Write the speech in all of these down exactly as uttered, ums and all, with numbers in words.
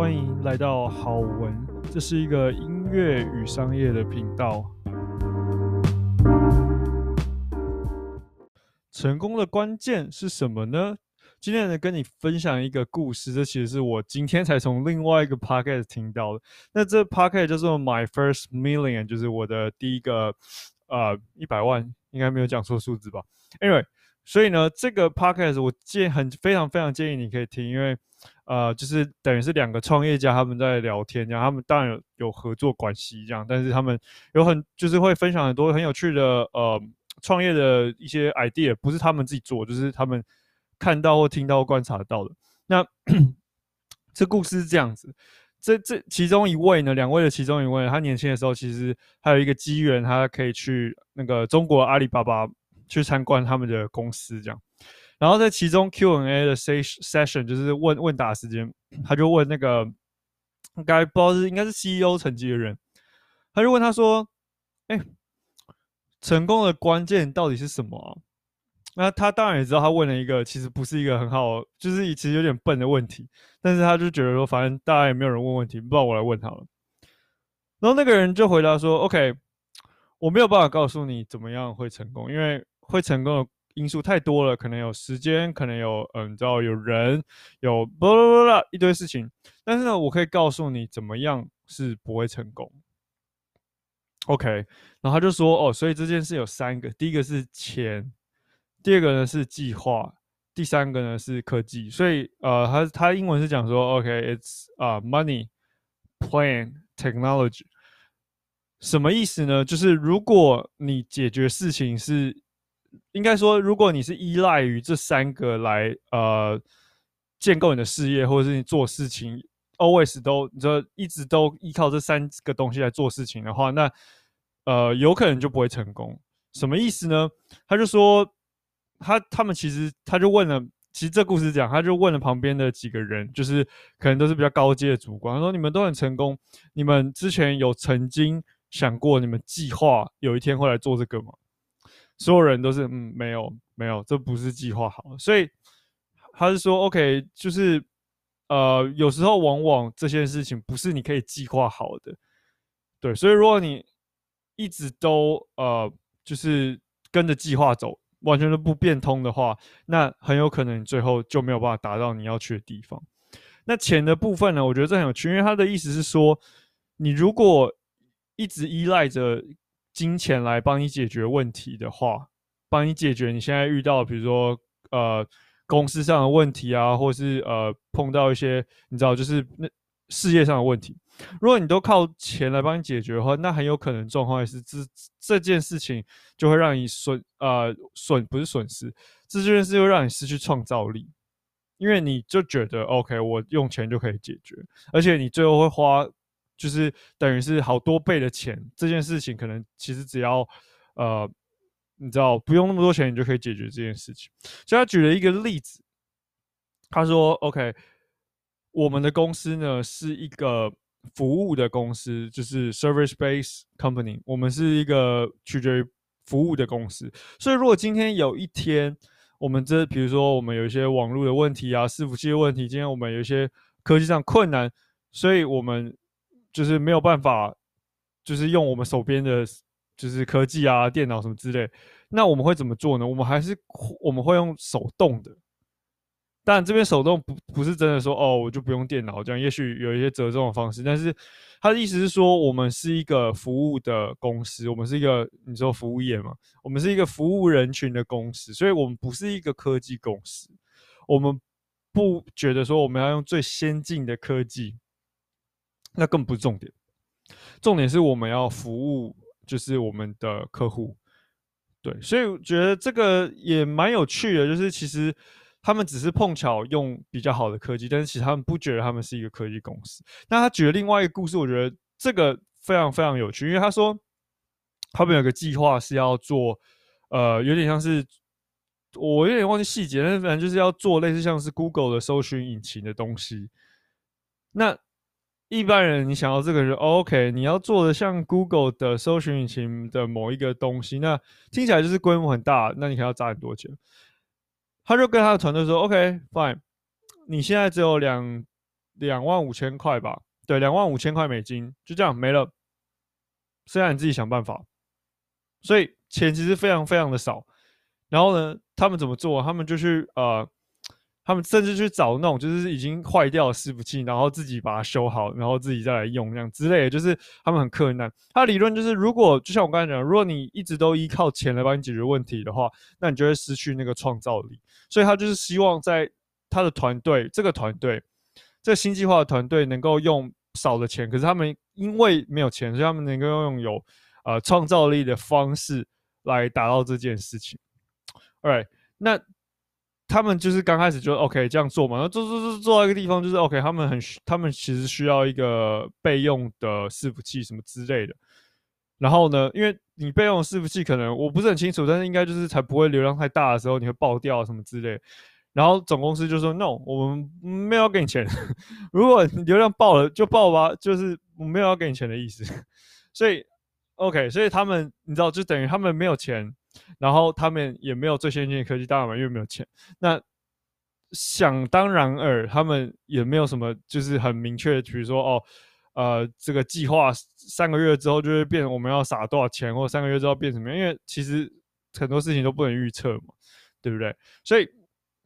欢迎来到好文，这是一个音乐与商业的频道。成功的关键是什么呢？今天呢，跟你分享一个故事，这其实是我今天才从另外一个 podcast 听到的。那这 podcast 叫做 My First Million， 就是我的第一个呃一百万，应该没有讲错数字吧 ？Anyway， 所以呢，这个 podcast 我建很非常非常建议你可以听，因为呃，就是等于是两个创业家他们在聊天，这样他们当然有有合作关系这样，但是他们有很就是会分享很多很有趣的呃创业的一些 idea， 不是他们自己做，就是他们看到或听到或观察到的。那这故事是这样子，这这其中一位呢，两位的其中一位，他年轻的时候其实还有一个机缘，他可以去那个中国阿里巴巴去参观他们的公司这样。然后在其中 Q and A 的 session 就是问问答时间，他就问那个应该不知道是应该是 C E O 层级的人，他就问他说：“哎、欸，成功的关键到底是什么啊？”那他当然也知道他问了一个其实不是一个很好，就是其实有点笨的问题，但是他就觉得说，反正大家也没有人问问题，不然我来问他了。然后那个人就回答说 ：“OK， 我没有办法告诉你怎么样会成功，因为会成功的因素太多了，可能有时间，可能有嗯，你知道有人，有巴拉巴拉一堆事情。但是呢，我可以告诉你怎么样是不会成功。OK， 然后他就说哦，所以这件事有三个，第一个是钱，第二个呢是计划，第三个呢是科技。所以呃，他他英文是讲说 OK，it's、okay, uh, money, plan, technology。什么意思呢？就是如果你解决事情是，应该说，如果你是依赖于这三个来呃建构你的事业，或者是你做事情 always 都你说一直都依靠这三个东西来做事情的话，那呃有可能就不会成功。什么意思呢？他就说他他们其实他就问了。其实这故事讲，他就问了旁边的几个人，就是可能都是比较高阶的主管，他说：“你们都很成功，你们之前有曾经想过你们计划有一天会来做这个吗？”所有人都是嗯，没有没有，这不是计划好的。所以他是说 OK， 就是呃，有时候往往这件事情不是你可以计划好的，对。所以如果你一直都呃，就是跟着计划走，完全都不变通的话，那很有可能你最后就没有办法达到你要去的地方。那钱的部分呢，我觉得这很有趣，因为他的意思是说，你如果一直依赖着金钱来帮你解决问题的话，帮你解决你现在遇到，比如说呃公司上的问题啊，或是呃碰到一些你知道就是那事业上的问题，如果你都靠钱来帮你解决的话，那很有可能状况是这这件事情就会让你损呃损不是损失，这件事会让你失去创造力。因为你就觉得 OK， 我用钱就可以解决，而且你最后会花，就是等于是好多倍的钱，这件事情可能其实只要呃，你知道不用那么多钱，你就可以解决这件事情。所以他举了一个例子，他说 OK， 我们的公司呢是一个服务的公司，就是 service-based company， 我们是一个取决于服务的公司，所以如果今天有一天我们这比如说我们有一些网络的问题啊，伺服器的问题，今天我们有一些科技上困难，所以我们就是没有办法，就是用我们手边的，就是科技啊、电脑什么之类，那我们会怎么做呢？我们还是我们会用手动的。当然，这边手动不不是真的说哦，我就不用电脑这样，也许有一些折中的方式，但是他的意思是说，我们是一个服务的公司，我们是一个你说服务业嘛，我们是一个服务人群的公司，所以我们不是一个科技公司，我们不觉得说我们要用最先进的科技，那更不是重点，重点是我们要服务就是我们的客户，对，所以我觉得这个也蛮有趣的，就是其实。他们只是碰巧用比较好的科技，但是其实他们不觉得他们是一个科技公司。那他举了另外一个故事，我觉得这个非常非常有趣，因为他说他们有个计划是要做，呃，有点像是我有点忘记细节，但是反正就是要做类似像是 Google 的搜寻引擎的东西。那一般人你想到这个人、哦、，OK， 你要做的像 Google 的搜寻引擎的某一个东西，那听起来就是规模很大，那你可能要砸很多钱。他就跟他的团队说 ：“OK，fine， 你现在只有两两万五千块吧，对，两万五千块美金，就这样没了，剩下你自己想办法。所以钱其实非常非常的少。然后呢，他们怎么做？他们就去呃，他们甚至去找那种就是已经坏掉的伺服器，然后自己把它修好，然后自己再来用，这样之类的。就是他们很困难。他的理论就是，如果就像我刚才讲，如果你一直都依靠钱来帮你解决问题的话，那你就会失去那个创造力。所以他就是希望在他的团队，这个团队，这个新计划的团队能够用少的钱，可是他们因为没有钱，所以他们能够用有呃创造力的方式来达到这件事情。Alright，那他们就是刚开始就 OK 这样做嘛，然后做做做做到一个地方，就是 OK，他们很他们其实需要一个备用的伺服器什么之类的。然后呢，因为你备用的伺服器可能我不是很清楚，但是应该就是才不会流量太大的时候你会爆掉什么之类的。然后总公司就说 No， 我们没有要给你钱，如果你流量爆了就爆吧，就是我没有要给你钱的意思。所以 OK， 所以他们你知道就等于他们没有钱。然后他们也没有最先进的科技，当然嘛，因为没有钱。那想当然尔，他们也没有什么就是很明确的，比如说哦，呃，这个计划三个月之后就会变，我们要撒多少钱，或三个月之后变什么样？因为其实很多事情都不能预测嘛，对不对？所以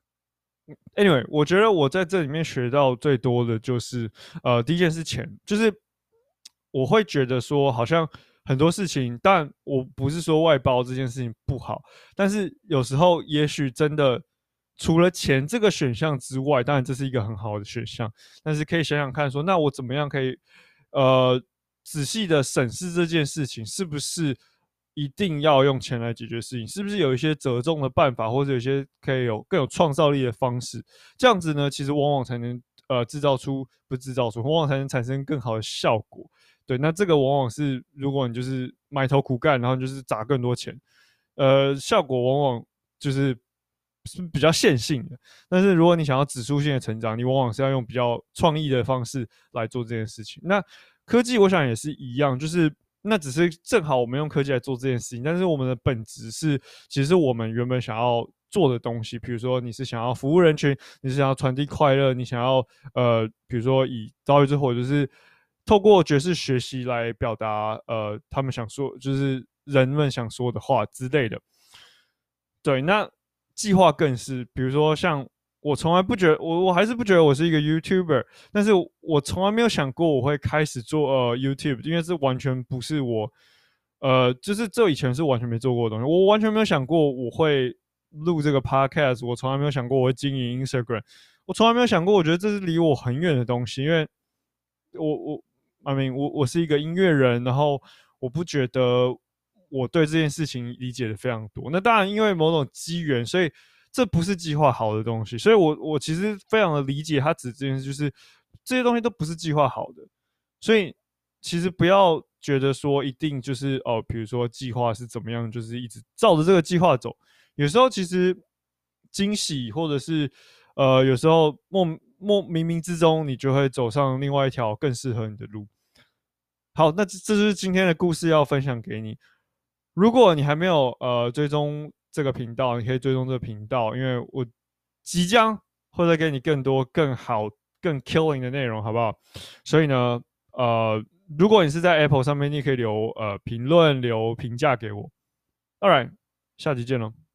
，anyway，我觉得我在这里面学到最多的就是，呃，第一件事钱，就是我会觉得说，好像很多事情，但我不是说外包这件事情不好，但是有时候也许真的除了钱这个选项之外，当然这是一个很好的选项，但是可以想想看说，那我怎么样可以呃仔细的审视这件事情是不是一定要用钱来解决事情，是不是有一些折中的办法，或者有一些可以有更有创造力的方式，这样子呢，其实往往才能呃制造出不制造出，往往才能产生更好的效果。对，那这个往往是如果你就是埋头苦干，然后就是砸更多钱，呃，效果往往就是是比较线性的。但是如果你想要指数性的成长，你往往是要用比较创意的方式来做这件事情。那科技我想也是一样，就是那只是正好我们用科技来做这件事情，但是我们的本质是其实我们原本想要做的东西，比如说你是想要服务人群，你是想要传递快乐，你想要呃，比如说以遭遇之火就是透过爵士学习来表达呃他们想说，就是人们想说的话之类的。对，那计划更是，比如说像我从来不觉得，我我还是不觉得我是一个 YouTuber，但是我从来没有想过我会开始做呃 YouTube，因为这完全不是我，呃，就是这以前是完全没做过的东西，我完全没有想过我会录这个 Podcast，我从来没有想过我会经营 Instagram，我从来没有想过，我觉得这是离我很远的东西，因为我我 I mean 我我是一个音乐人，然后我不觉得我对这件事情理解的非常多。那当然，因为某种机缘，所以这不是计划好的东西。所以我我其实非常的理解他指这件事，就是这些东西都不是计划好的。所以其实不要觉得说一定就是哦，比如说计划是怎么样，就是一直照着这个计划走。有时候其实惊喜，或者是呃，有时候莫莫冥冥之中，你就会走上另外一条更适合你的路。好，那这这就是今天的故事要分享给你。如果你还没有呃追踪这个频道，你可以追踪这个频道，因为我即将会再给你更多、更好、更 killing 的内容，好不好？所以呢，呃，如果你是在 Apple 上面，你可以留呃评论、留评价给我。All right，下集见喽。